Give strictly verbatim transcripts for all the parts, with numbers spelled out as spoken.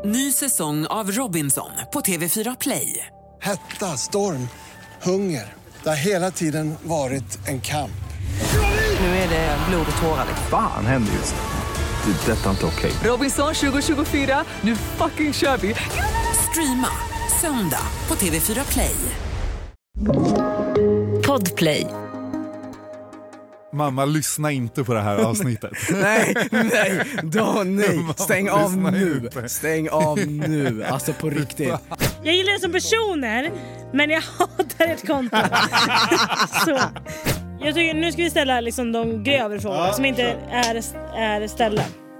Ny säsong av Robinson på T V fyra Play. Hetta, storm, hunger. Det har hela tiden varit en kamp. Nu är det blod och tårar. Fan händer just det. Det är detta inte okej. Robinson tjugo tjugofyra, nu fucking kör vi. Streama söndag på T V fyra Play. Podplay. Mamma, lyssna inte på det här avsnittet. nej, nej, då nej. Stäng Mamma, av nu. inte. Stäng av nu. Alltså på riktigt. Jag gillar det som personer, men jag hatar ett konto. Så. Jag tycker nu ska vi ställa liksom de grövre frågorna, ja, som inte är, är ställda.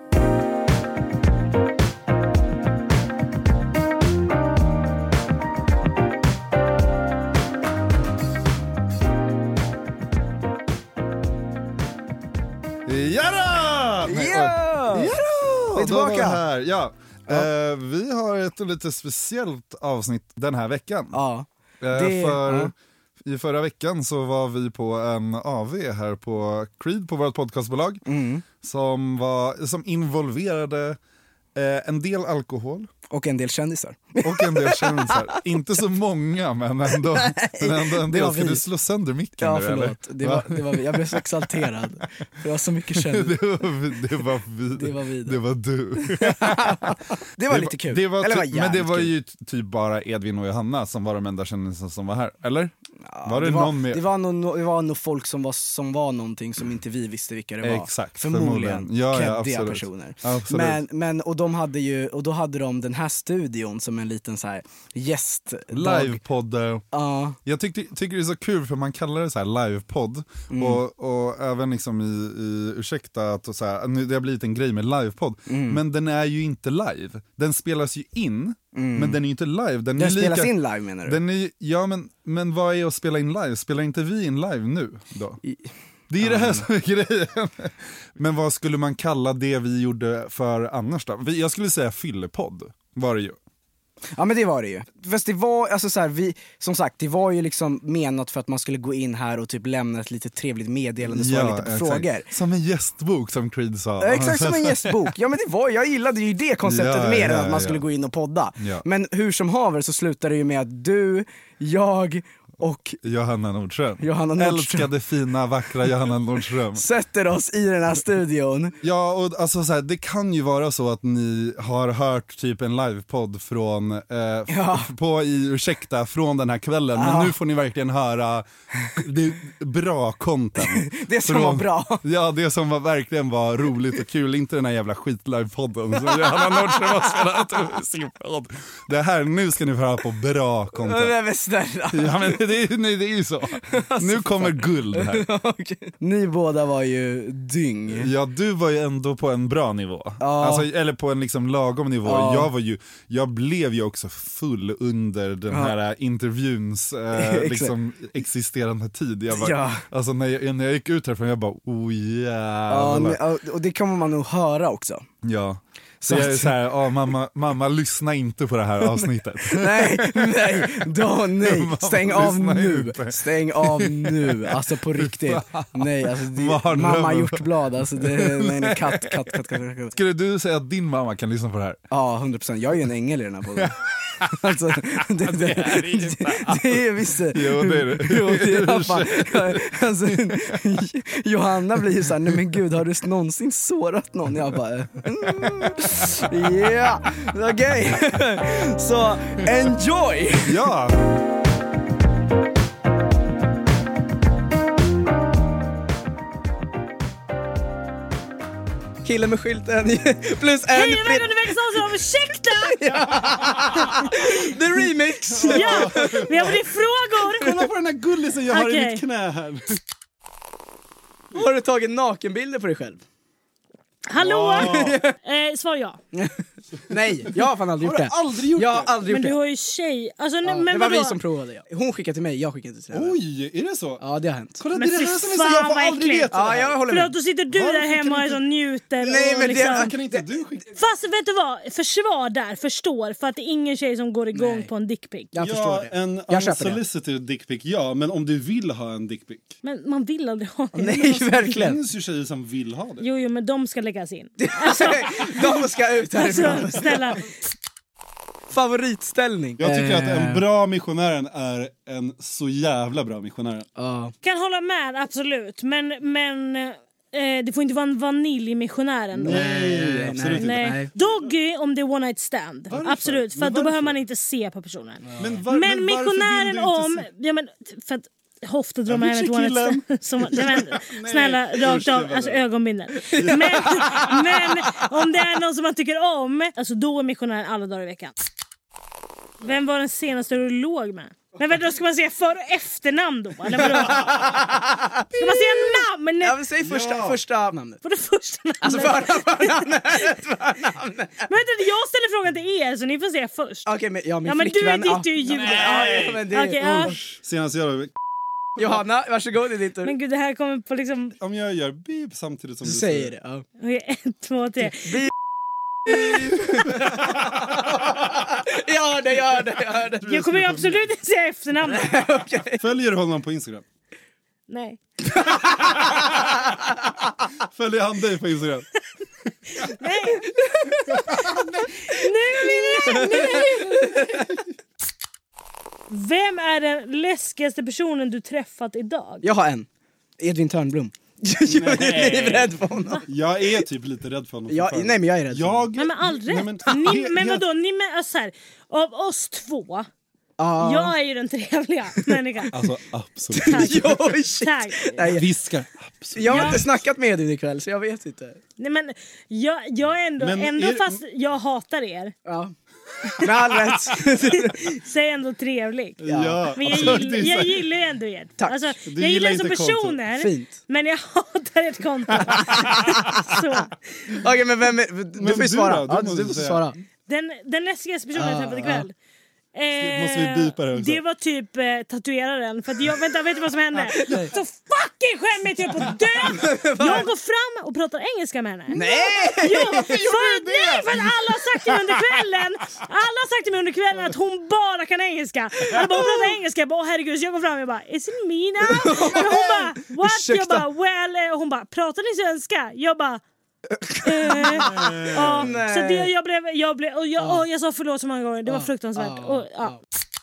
Jadå! Ja! Jadå! Vi är tillbaka. Här. Ja. Ja. Eh, vi har ett lite speciellt avsnitt den här veckan. Ja. Eh, Det- för ja. I förra veckan så var vi på en A V här på Creed, på vårt podcastbolag, Mm. som, var, som involverade eh, en del alkohol Och en del kändisar. och en del kändisar. Inte så många, men ändå, men ändå en det del. var Ska vi. du slå sönder micken Ja, nu, eller? förlåt. Det var, det var vi. Jag blev så exalterad. För det var så mycket kändisar. det, var, vi- det var vi. Det var vi. Det var du. Det var lite kul. Det var Eller ty- var men det jävligt var kul. ju ty- typ bara Edvin och Johanna som var de enda kändisarna som var här, eller? Ja, var det, det, var, någon mer? det, var nog, det var nog folk som var, som var någonting som inte vi visste vilka det var. Exakt, Förmodligen, förmodligen. Ja, ja, keddiga absolut. personer. Absolut. Men, men, och, de hade ju, och då hade de den här studion som en liten så här gästdag. Livepodd. Ja. Jag tyckte, tycker det är så kul för man kallar det så här livepodd. Mm. Och, och även liksom i, i ursäkta att och så här, nu, det har blivit en grej med livepodd. Mm. Men den är ju inte live. Den spelas ju in, Mm. men den är ju inte live. Den, Den är spelas lika, in live, menar du? Den är, ja, men, men vad är att spela in live? Spelar inte vi in live nu då? I- Det är ju det här som är grejen. Men vad skulle man kalla det vi gjorde för annars då? Vi- Jag skulle säga fyllepodd var det ju. Ja, men det var det ju. Fast det var, alltså så här, vi, som sagt, det var ju liksom menat för att man skulle gå in här och typ lämna ett lite trevligt meddelande och svara lite på exakt. frågor. Som en gästbok, som Creed sa. Ja, exakt som en gästbok. Ja, men det var, jag gillade ju det konceptet Ja, mer ja, än att man ja. skulle gå in och podda. Ja. Men hur som haver så slutar det ju med att du, jag och Johanna Nordström. Johanna Nordström Älskade, fina, vackra Johanna Nordström. sätter oss i den här studion. Ja, och alltså så här, det kan ju vara så att ni har hört typ en livepodd från eh, f- Ja. på i ursäkta från den här kvällen, Ja. men nu får ni verkligen höra det bra content. Det som från, var bra. Ja, det som var, verkligen var roligt och kul, inte den här jävla skitlivepodden som Johanna Nordström har spelat i sin podd. Det här, nu ska ni få höra på bra content. Nej, men snälla. Ja, men det är, nej, det är ju så. Nu kommer guld här. Okej. Ni båda var ju dyng. Ja, du var ju ändå på en bra nivå. Ja. Alltså, eller på en liksom lagom nivå. Ja. Jag var ju, jag blev ju också full under den Ja. här intervjuns eh, Exakt. liksom existerande tid. Jag var, Ja. Alltså när jag, när jag gick ut härifrån, jag bara, oh Ja, jävlar. men, och det kommer man nog höra också. Ja. Så, Så jag är att- så här, oh, mamma, mamma, lyssna inte på det här avsnittet. Nej, nej, då nej. Mamma, Stäng av lyssna nu. inte. Stäng av nu. Alltså på riktigt. Nej, alltså det, Mardröm. mamma hjortblad. Alltså det, nej, nej, katt, katt, katt, katt, katt. Skulle du säga att din mamma kan lyssna på det här? Ja, hundra procent. Jag är ju en ängel i den här podden. Alltså, det, det, det, är det inte det, det är visst det. Jo, det är det. Jo, det är i alla fall. Alltså, Johanna blir ju såhär, nej men gud, har du någonsin sårat någon? Jag bara, mm, ja, okej. Så, enjoy! Ja! Killen med skylten plus en Hej och fritt. välkommen till veckans avsnitt av Ursäkta! The remix! Ja, vi har fått frågor. Kolla på den här gullisen jag har i Okej. mitt knä här. Har du tagit nakenbilder på dig själv? Hallå? Eh, svar ja. Nej, jag har fan aldrig gjort det. aldrig gjort Jag har det? aldrig Men gjort du det. har ju tjej. Alltså, Ja, men det var vadå? vi som provade. Ja. Hon skickade till mig, jag skickade till henne. Oj, är det så? Ja, det har hänt. Kolla, Men det är det fy här som är så, fan, jag får vad aldrig äckligt. veta Ja, det här. jag håller Förlåt, med. då sitter du Varför där kan hemma inte- och njuter. Nej, och men det- liksom... Varför kan inte du skicka? Fast vet du vad? Försvar där, förstår. För att det är ingen tjej som går igång Nej. på en dickpic. Jag förstår det. en Jag köper det. unsolicited dickpic, ja, men om du vill ha en dickpic. Men man vill aldrig ha det. Nej, Det verkligen. finns ju tjejer som vill ha det. Jo, jo, men de ska läggas in. De ska ut härifrån. Alltså, snälla. Favoritställning. Jag tycker att en Eh, bra missionären är en så jävla bra missionär. ja. Kan hålla med, absolut. Men, men eh, det får inte vara en vaniljmissionär ändå. Nej, absolut inte. Nej. Nej. Doggy om det är one night stand. Varför? Absolut, för Men att då varför? behöver man inte se på personen. Men, var, Men, men varför vill missionären du inte om... se- Ja, men, för att ofta drar Jag man vill hem ett se one night killen. stand. Som, nej, men, snälla, usch, rakt det av, var alltså det. ögonbindel. Men, men om det är någon som man tycker om, alltså då är missionären alla dagar i veckan. Vem var den senaste du låg med? Men vänta, då ska man säga för- och efternamn då? Eller vadå? Ska man säga namn? Ja, men säg första, Ja. första namnet. För det första namnet. Alltså förnamnet, förnamnet. Men vänta, jag ställer frågan till er så ni får säga först. Okej, men ja, min Ja, men du flickvän. är ditt, du är ja. jude. Ja, ja, men det, Okej, ja. Senast jag... Johanna, varsågod, det är din tur. Men gud, det här kommer på liksom... Om jag gör beep samtidigt som Du du säger det, ja. Okej, ett, två, tre. Gör det, gör det, gör det. Jag kommer ju absolut inte säga efternamn. Följer du honom på Instagram? Nej. Följer han dig på Instagram? Nej. Nu är vi där. Vem är den läskigaste personen du träffat idag? Jag har en. Edvin Törnblom. Jag är livrädd för honom. Jag är typ lite rädd för honom. Jag, fortfarande. nej, men jag är rädd för honom. Jag... Nej men aldrig. Nej, men- Ni, he- men helt- vadå, ni med, alltså, så här, av oss två, Ja. jag är ju den trevliga människan. Alltså absolut. Tack. Jo, shit. Tack. Nej, Viskar. Absolut. jag har Ja. inte snackat med Edvin ikväll, så jag vet inte. Nej men jag, jag är ändå, Men ändå är- fast jag hatar er, Ja. Med all rätt. så är jag ändå trevlig. Ja, Men jag, alltså, gillar, det är så jag här- gillar ju ändå er. Tack. Alltså, Du jag gillar gillar er som inte kontot. personer, Fint. men jag hatar ert konto. Så. Okej, men vem är, du Men får ju du svara. då? Du Ja, måste du måste säga. svara. Den, den läskigaste personen jag Ah, träffat ikväll. Eh, Måste vi bipa det också? Det var typ eh, tatueraren. För att jag, vänta, vet du vad som hände? Så fucking skämmigt, jag är på att dö! Jag går fram och pratar engelska med henne. Nej! Jo, för, nej, för att alla har sagt till mig under kvällen Alla har sagt till mig under kvällen att hon bara kan engelska. Alla bara, hon pratar engelska. Jag bara, åh herregud, så jag går fram och jag bara, is it me now? Och hon bara, what? Jag Ursäkta. bara, well, eh, och hon bara, pratar ni svenska? Jag bara, eh, ja, så det, jag blev, jag blev och jag, och jag sa förlåt så många gånger. Det var fruktansvärt. Och, ja,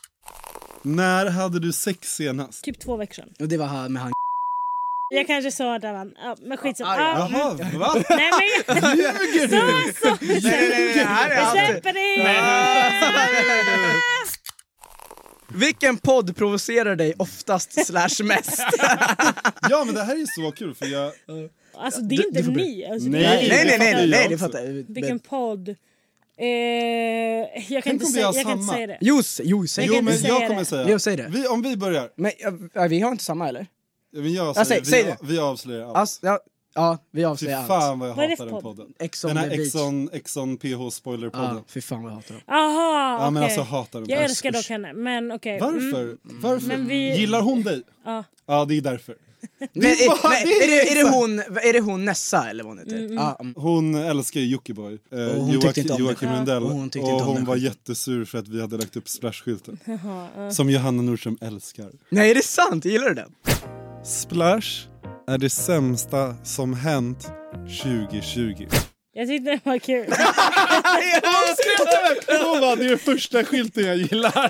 När hade du sex senast? typ två veckor sedan. Och det var han med han. Jag kanske sa att det var, ja, men skitsamma. Ah, ja. Ja, Jaha, va? nej men jag, Ljuger du? så, så, Nej, nej, nej, det här är jag alltid. släpper det. Vilken podd provocerar dig oftast slash mest? Ja, men det här är ju så kul för jag... Alltså det är Du- inte du får ni. Alltså, Nej, det är, Nej, nej, nej, nej, fattar nej, jag det också. fattar jag. vilken podd. Eh, jag kan Tänk inte om vi säga, har jag kan inte samma. säga det. Jo, s- jo, säg Jag Jo, kan men inte jag säga kommer det. säga... Jo, säg det. Vi, om vi börjar. Men ja, vi har inte samma, eller? Men jag Ja, säger, säg- säg vi, det. vi avslöjar allt. Alltså, ja, ja, vi Fy avslöjar allt. fan vad jag Vad är det hatar för den podd? podden. Ex on Den här the beach. Exxon, Exxon P H spoilerpodden. Ja, fy fan vad jag hatar dem. Aha, Ja, men okej. alltså hatar den. Jag Alltså, älskar dock usch. henne, men okej. Varför? Mm. Varför? Men vi- Gillar hon dig? Ja. Ja, det är därför. Men, är, bara- men, det är är, det, är, det exakt. hon, är det hon Nessa eller vad hon heter? Mm, Ja, mm. Hon älskar ju Jockiboi. Eh, Och hon Joak- tyckte inte om Joakim det. Lundell. Och Och hon hon, tyckte inte om det. var jättesur för att vi hade lagt upp splashskylten. Jaha, ja. Som Johanna Nordström älskar. Nej, är det sant? Gillar du den? Splash är det sämsta som hänt tjugo tjugo. Jag tyckte det var kul. Hon bara, det är första skylten jag gillar.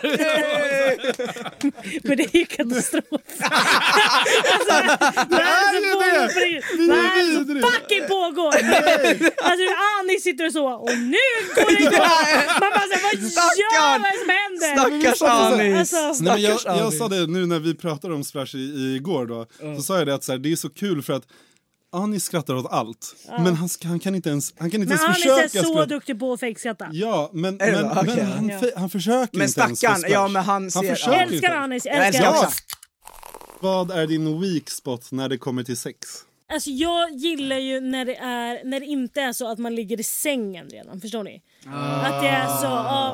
Men det är ju katastrof. alltså, vad är det som pågår på riktigt? Vad är det som fucking pågår? Alltså Annie sitter och så, och nu går det igång. Man bara såhär, vad gör vad är det som händer? Stackars Anis. Alltså- Nej, men jag, Stackars jag Anis. sa det nu när vi pratade om Splash i, i igår då. Så sa jag det att så här, det är så kul för att Anis skrattar åt allt. Men han, ska- han kan inte ens, han kan inte Men ens Anis är försöka så skratta. duktig på att fejkskratta. Ja, men, Är det men, så? Okej. men han, Ja. fe- han försöker Men inte ens få stackarn, Splash. ja men han ser... Han ja. försöker. Jag älskar Anis, jag Jag älskar älskar Anis. också. Vad är din weak spot när det kommer till sex? Alltså jag gillar ju när det, är, när det inte är så att man ligger i sängen redan, förstår ni? Att det är så...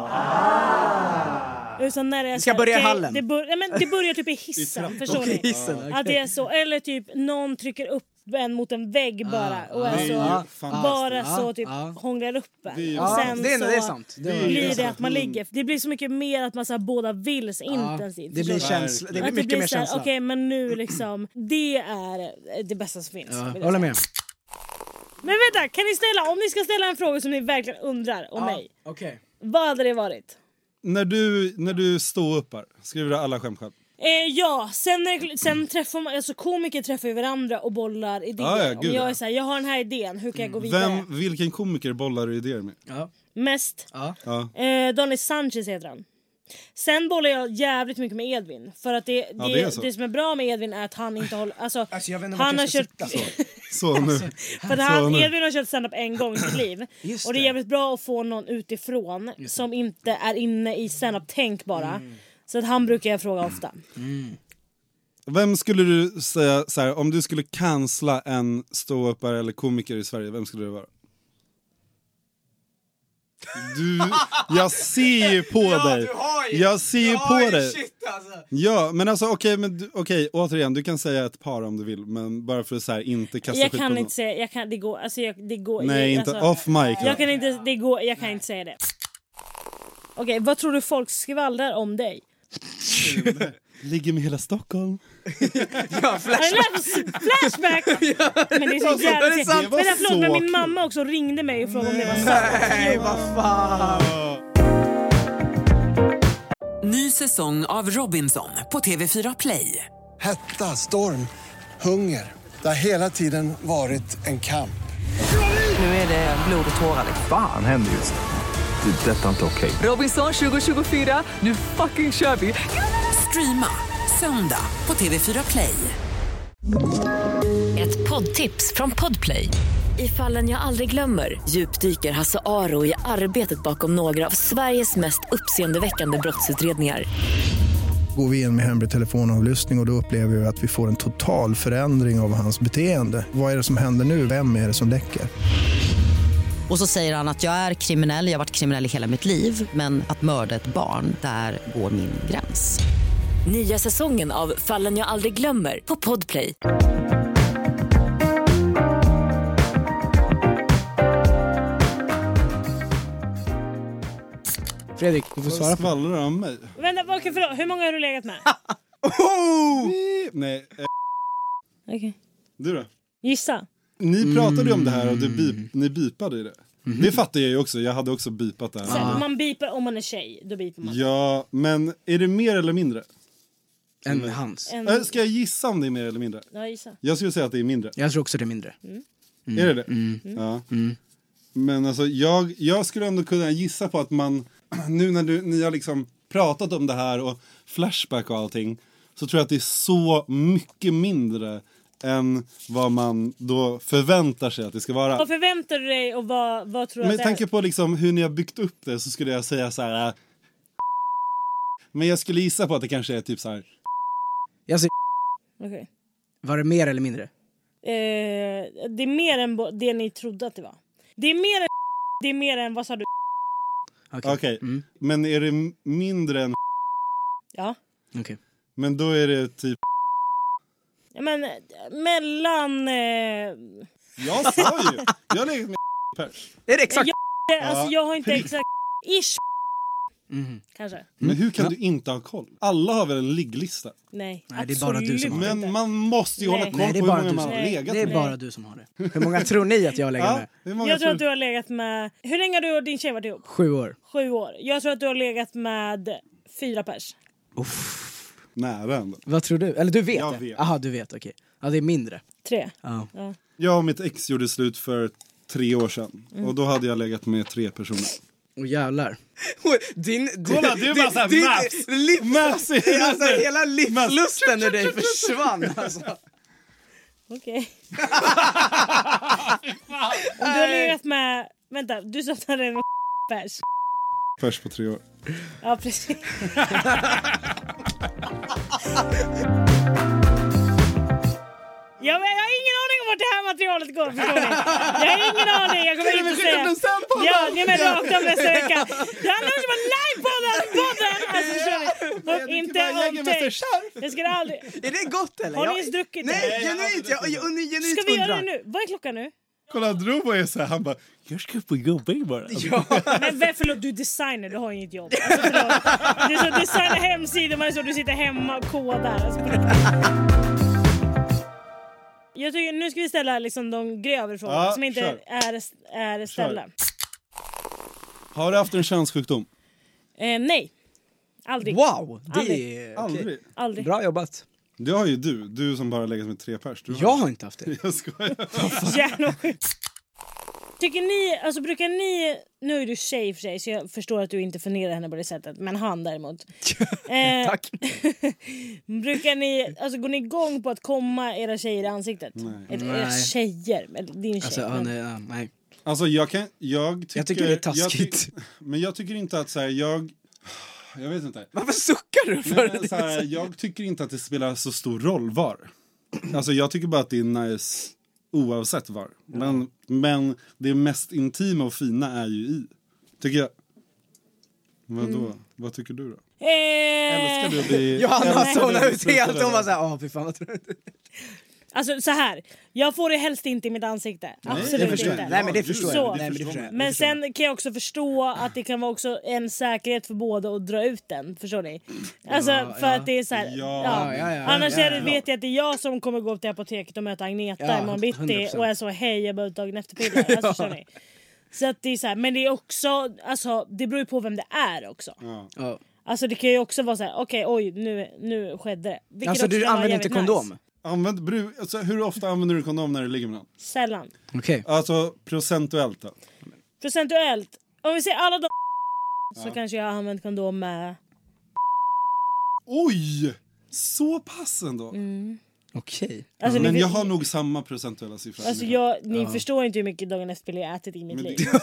Ja, utan när det är Vi ska så, börja i okej, hallen. Det, bör, nej, men det börjar typ i hissen, förstår Okej, ni? hissen, okej. Att det är så, eller typ någon trycker upp en mot en vägg bara och Det är är ju så, fantastiskt. bara Ja, så typ ja. hånglar upp en. Det är ju- Och Ja, sen det är, så det är sant. Det, Det är ju blir det sant. att man ligger. Det blir så mycket mer att man så här, båda vill så ja, intensivt. det blir förstår ni? känsla, det blir Att det mycket blir mer så här, känsla. okej men nu liksom, det är det bästa som finns. Ja, vill jag håller säga. med. Men vänta, kan ni ställa, om ni ska ställa en fråga som ni verkligen undrar om mig. Okej. Vad hade det varit? när du, när du står upp här, skriver du alla skämt själv? Eh, ja, sen, när, sen träffar man, alltså komiker träffar ju varandra och bollar idéer. Ah, ja, gud, Om jag är ja. så här, jag har den här idén, hur kan jag gå vidare? Vem, vilken komiker bollar du idéer med? Ja. Mest Ja. Ja. eh, Daniel Sanchez heter han. Sen bollar jag jävligt mycket med Edvin. För att det, det, Ja, det är så. det som är bra med Edvin är att han inte håller... Alltså, Alltså jag vet inte vart han jag har ska kört... sitta. Så nu. För att han, Edvin har kört stand-up en gång i sitt liv. Just Och det är det. jävligt bra att få någon utifrån som inte är inne i stand-up-tänk bara. Mm. Så att han brukar jag fråga ofta. Vem skulle du säga så här, om du skulle cancella en ståuppare eller komiker i Sverige, vem skulle det vara? Du, jag ser ju på dig. Jag ser ju på dig. Alltså. Ja, men alltså okej, okay, men du- okej, återigen, du kan säga ett par om du vill, men bara för att så här, inte kasta Jag skit kan på inte säga, jag kan, det går, alltså jag, det går. Nej, jag, inte alltså, off mic. Jag kan inte, det går, jag kan inte säga det. Okej, vad tror du folk skvallrar om dig? Ligger med hela Stockholm. Ja, Har flash. du lärt flashback? Men det är så jävla det är sant. sent. Men förlåt, så men min kul. mamma också ringde mig och frågade om det var sant. Nej, vad fan. Ny säsong av Robinson på T V fyra Play. Hetta, storm, hunger. Det har hela tiden varit en kamp. Nu är det blod och tårar. Fan händer just det. Det är detta inte okej. Robinson tjugo tjugofyra, nu fucking kör vi. Streama söndag på T V fyra Play. Ett poddtips från Podplay. I Fallen jag aldrig glömmer djupdyker Hasse Aro i arbetet bakom några av Sveriges mest uppseendeväckande brottsutredningar. Går vi in med hemlig telefonavlyssning och, och då upplever vi att vi får en total förändring av hans beteende. Vad är det som händer nu? Vem är det som läcker? Och så säger han att jag är kriminell, jag har varit kriminell i hela mitt liv. Men att mörda ett barn, där går min gräns. Nya säsongen av Fallen jag aldrig glömmer på Podplay. Fredrik, du får svara Vad på. skvallrar om mig? Vänta, okej, förlåt. Hur många har du legat med? Oh! Nej, eh, Okej. du då? Gissa. Ni pratade ju om det här och du bip, ni bipade i det. Det fattar jag ju också, jag hade också bipat det här. Så man bipar om man är tjej, då bipar man. Ja, men är det mer eller mindre? En hans. En, Äh, Ska jag gissa om det är mer eller mindre? ja, gissa. Jag skulle säga att det är mindre. Jag tror också det är mindre. Är det det? Ja. Men alltså jag, jag skulle ändå kunna gissa på att man, nu när du, ni har liksom pratat om det här och flashback och allting, så tror jag att det är så mycket mindre än vad man då förväntar sig att det ska vara. Vad förväntar du dig och vad, vad tror du Men att jag det tänker är? på liksom hur ni har byggt upp det, så skulle jag säga så här. äh, Men jag skulle gissa på att det kanske är typ så här. Jag säger, Okej. var det mer eller mindre? Eh, det är mer än bo- det ni trodde att det var. Det är mer än det är mer än, vad sa du? Okej. Okej, Mm. men är det m- mindre än, Ja. Okej. men då är det typ. Ja, men eh, mellan... Eh, Jag sa ju, jag har legat med pers. Är det exakt? ja, alltså jag har inte exakt... Ish, Mhm. kanske. Men hur kan Ja. du inte ha koll? Alla har väl en ligglista? Nej, Nej, det är bara du som har absolut Men inte. man måste ju Nej. hålla koll Nej, det är på bara hur många du man som- har Nej, legat Det är med. bara du som har det. Hur många tror ni att jag har legat Ja, med? hur många Jag tror att tror du har legat med... Hur länge har du och din tjej varit ihop? Sju år. Sju år. Jag tror att du har legat med fyra pers. Nära ändå. Vad tror du? Eller du vet Jag det? vet. Aha, du vet, okej. Ja, det är mindre. Tre. Ja. Ja. Jag och mitt ex gjorde slut för tre år sedan. Och då hade jag legat med tre personer. Åh jävlar. Din, Kolla, det är bara så här din, maps. Liv, Maps. alltså, hela livslusten ur dig försvann. Alltså. Okej. Om du har legat med... Vänta, du sa att du hade legat med pers. Först på tre år. Ja, precis. Ja, men jag har ingen aning om vart det här materialet går, förstår ni? Jag har ingen aning, jag kommer inte säga. Ja, ni är med rakt av nästa vecka. Det handlar också om livepodden, podden! Alltså, förstår ni? Inte om dig. Jag skulle aldrig... Är det gott eller? Har ni Jag- ens druckit det? Nej, genuint. Jag, jag, jag, genuint Ska vi göra det undrar. nu? Vad är klockan nu? Kolla, Drobo är så här, han bara, jag ska på jobbing bara. Men vem- förlåt, du är designer, du har inget jobb. Alltså, förlåt. Det är så designa hemsidor, man är så du sitter hemma och kodar. Alltså, på riktigt. Jag tycker, nu ska vi ställa liksom de grövre frågorna Ja, som inte kör. är, är ställda. Har du haft en könssjukdom? Eh, nej. Aldrig. Wow, det Aldrig. är... Aldrig. Okay. Aldrig. Bra jobbat. Det har ju du. Du som bara legat med tre pers. Du har... Jag har inte haft det. Jag skojar. Jävla sjukt. Tycker ni, alltså brukar ni, nu är du tjej för sig så jag förstår att du inte funderar henne på det sättet, men han däremot. eh, Tack. Brukar ni, alltså går ni igång på att komma era tjejer i ansiktet? Nej. Eller era Nej. tjejer, eller din tjej. Alltså, men... nej, ja, nej. Alltså jag kan, jag tycker... Jag tycker det är taskigt. Jag ty, men jag tycker inte att så här, jag... Jag vet inte. Varför suckar du för Nej, det? men, så här, jag tycker inte att det spelar så stor roll var. Alltså jag tycker bara att det är nice oavsett var. Men, men det mest intima och fina är ju i. Tycker jag. Vadå? Mm. Vad tycker du då? Eh... Älskar du att bli... Johanna älskar zonade du att ut bli helt. slutade? Hon var såhär, åh fy fan vad tror du? Alltså så här, jag får det helst inte i mitt ansikte. Nej, Absolut det förstår inte. jag. Nej men det förstår Så. jag. Nej, men det förstår jag. Men sen kan jag också förstå att det kan vara också en säkerhet för båda att dra ut den, förstår ni? Alltså Ja, för ja. att det är så här, Ja. ja. Ja, ja, ja, Annars ja, är det, ja. vet jag att det är jag som kommer gå upp till apoteket och möta Agneta Ja, imorgon bitti hundra procent. och är så hej jag behöver dagen efter piller. Alltså, förstår ni? Så att det är så här, men det är också, alltså det beror ju på vem det är också. Ja. Ja. Alltså det kan ju också vara så här, okej okay, oj nu, nu skedde det. Vilket Alltså också du kan vara använder inte jävligt kondom? nice. Använd, bru, alltså, hur ofta använder du kondom när du ligger med någon? Sällan. Okej. Alltså procentuellt då? Procentuellt, om vi ser alla de så Ja. kanske jag har använt kondom med. Oj! Så pass ändå. Mm. Okej. Alltså, Men ni, jag har nog samma procentuella siffror. alltså jag, ni förstår inte hur mycket dagen efter jag ätit i mitt Men det- liv.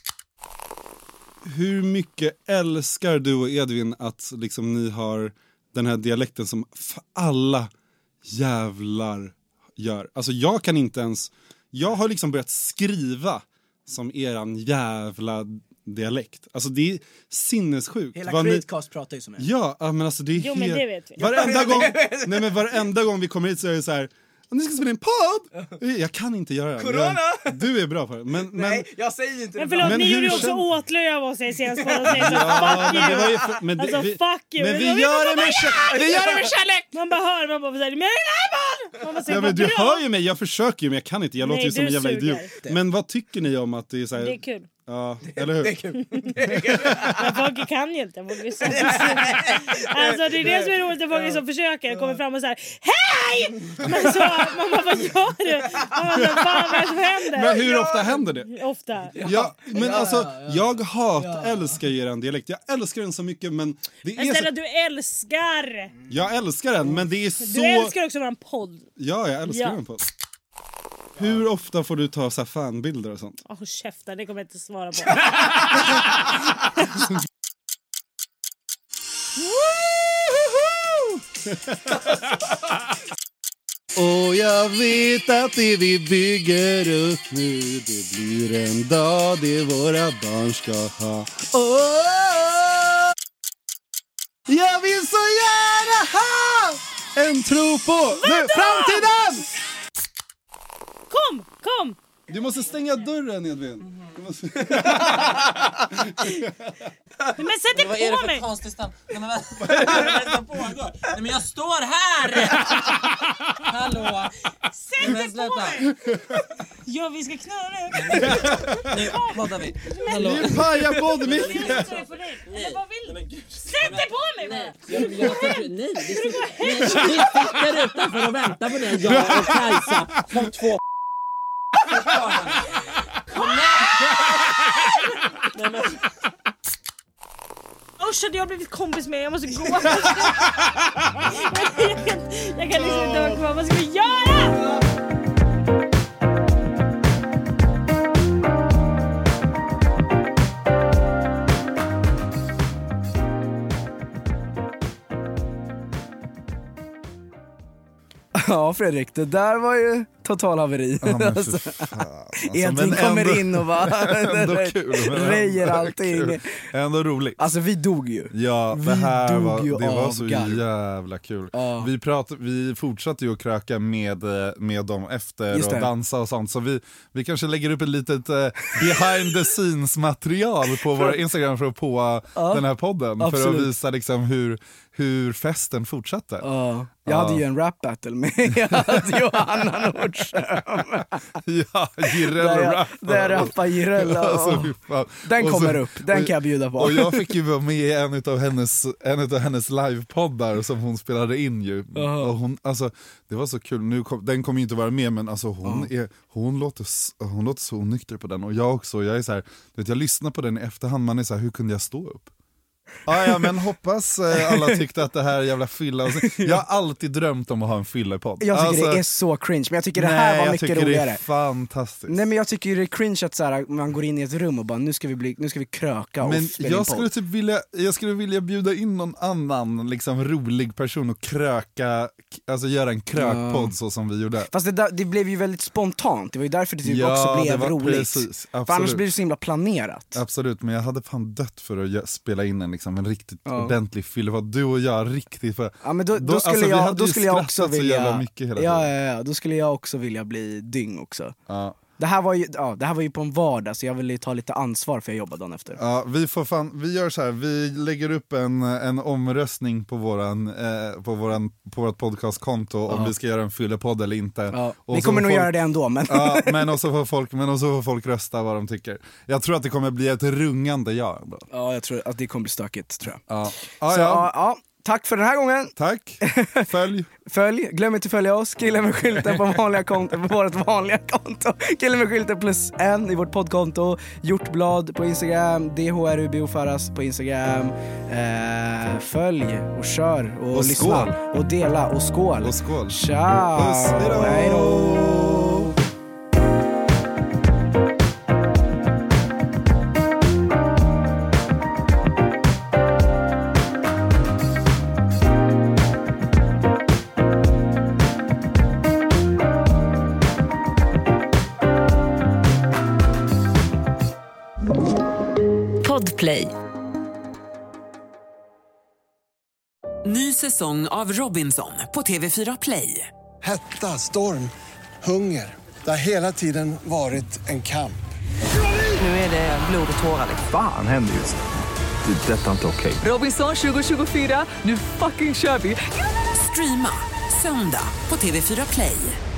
Hur mycket älskar du och Edvin att liksom ni har den här dialekten som f- alla jävlar gör? Alltså jag kan inte ens... Jag har liksom börjat skriva som eran jävla dialekt. Alltså det är sinnessjukt. Hela Vad ni- Creedcast pratar ju som en. Ja, ja, men alltså det är Jo, men helt... det vet vi. Varenda gång, nej men varenda gång vi kommer hit så är det så här. Ni ska spela en podd? Jag kan inte göra det. Corona! Jag, du är bra på det. Men, men, Nej, jag säger inte Men det. förlåt, Men ni hur gjorde ju också känner- åtlöj av oss i senast på och säger så Ja, fuck men det var you. ju för, men det, Alltså vi, fuck you. men vi Men gör det man med kärlek. Vi gör det med kärlek. Man bara hör, man bara såhär, men jag är man! Man bara Ja, men du hör ju mig, jag försöker ju men jag kan inte. Jag Nej, låter ju som du en jävla suger. idiot. Men vad tycker ni om att det är så här? Det är kul. Ja, eller hur? Det är kul. Men folk kan ju inte. Folk är så... Alltså det är det som är roligt när folk som försöker kommer fram och säger hej! Men så, man bara, vad gör du? Man bara, fan vad är det som händer? Men hur ofta händer det? Ofta. Ja, men alltså, jag hat älskar ju er dialekt. Jag älskar den så mycket, men det Men är snälla, så... du älskar. Jag älskar den, men det är så... Du älskar också våran podd. Ja, jag älskar Ja. den på. Hur ofta får du ta så här fanbilder och sånt? Åh, oh, käftar, det kommer jag inte svara på. Och jag vet att det vi bygger upp nu, det blir en dag det våra barn ska ha. Oh! Jag vill så gärna ha en tro på nu, framtiden! Kom, kom! Du måste stänga dörren, Edvin. Du måste... Men sätt dig Vad är det på för mig! konstig stand? Nej, men vad är det som pågår? Nej, men jag står här! Hallå! Sätt dig på mig! Ja, vi ska knöra nu. Nu poddar vi. Hallå? Nu pajar podden Jag står på dig. Eller vad vill du? Sätt dig på mig! Nej, jag, jag tycker, nej, vi sitter, nej, vi sitter utanför och väntar på det. Jag och Kajsa som två Nej, men... Usch, hade jag blivit kompis med? Jag måste gå. jag, kan, jag kan liksom inte vara kvar. Vad ska vi göra? Ja Fredrik, det där var ju total haveri. Ja, men för Alltså, fan, alltså, Edvin men kommer ändå- in och bara ändå kul, men röjer ändå allting. kul. Ändå roligt. Alltså vi dog ju. Ja, Vi det här dog var, ju det var av så garv. jävla kul. Ja. Vi, prat, vi fortsatte ju att kröka med, eh, med dem efter Just och det. dansa och sånt. Så vi, vi kanske lägger upp ett litet eh, behind the scenes material på vår Instagram för att på Ja, den här podden. absolut. För att visa liksom hur, hur festen fortsatte. Ja. Jag Ja. hade ju en rap battle med Johanna Nordström. Nordström. Ja, Jireel Där jag- rappar. där jag rappar Jireel, Alltså, och- fy fan. Den Och kommer så- upp, den och- kan jag bjuda på. Och jag fick ju vara med i en av hennes, en av hennes livepoddar som hon spelade in ju. Och hon, alltså, det var så kul, nu kom, den kommer ju inte vara med, men alltså, hon, är, hon, låter, s- hon låter så onykter på den. Och jag också, jag är så här, du vet, jag lyssnar på den i efterhand, man är så här, hur kunde jag stå upp? Ah, ja, men hoppas eh, alla tyckte att det här jävla fylla. Jag har alltid drömt om att ha en fyllepodd. Jag tycker Alltså, det är så cringe, men jag tycker det nej, här var jag mycket tycker roligare. det är fantastiskt. Nej men jag tycker det är cringe att så här, man går in i ett rum och bara nu ska vi, bli, nu ska vi kröka och Men spela in jag skulle podd. typ vilja, jag skulle vilja bjuda in någon annan liksom rolig person och kröka, k- alltså göra en krökpodd Ja. så som vi gjorde. Fast det, där, det blev ju väldigt spontant, det var ju därför det typ Ja, också det blev var roligt. precis, För annars absolut. blir det så himla planerat. Absolut, men jag hade fan dött för att gö- spela in en, liksom, en riktigt Ja. ordentlig fyllepodd. Du och jag riktigt för... Ja men då, då, Då- skulle alltså, vi jag, hade då ju skulle jag också skrattat så jävla vilja, mycket hela ja, tiden. ja, ja, då skulle jag också vilja bli dyng också. Ja. Det här var ju, ja, det här var ju på en vardag så jag ville ju ta lite ansvar för jag jobbar dagen efter. Ja, vi får fan, vi gör så här, vi lägger upp en, en omröstning på våran, eh, på våran, på vårt podcastkonto om Ja. vi ska göra en fyllepodd eller inte. Ja, Och vi så kommer får nog folk- göra det ändå men... Ja, men också får folk, men också får folk rösta vad de tycker. Jag tror att det kommer bli ett rungande ja ändå. Ja, jag tror att det kommer bli stökigt tror jag. Ja. Så, Ja, ja. ja. Ja, tack för den här gången. Tack. Följ. Följ, glöm inte att följa oss, Killen med skylten på, vanliga konto, på vårt vanliga konto. Killen med skylten plus en i vårt poddkonto. Hjortblad på Instagram, D H R U B O Faras på Instagram. Eh, följ och kör och, Och lyssna. skål. Och dela och skål. Och skål. Ciao. Puss, hejdå. Hejdå. Podplay. Ny säsong av Robinson på T V fyra Play. Hetta, storm, hunger. Det har hela tiden varit en kamp. Nu är det blod och tårar. Fan händer just det. Det är detta inte okej. Robinson tjugo tjugofyra, nu fucking kör vi. Streama söndag på T V fyra Play.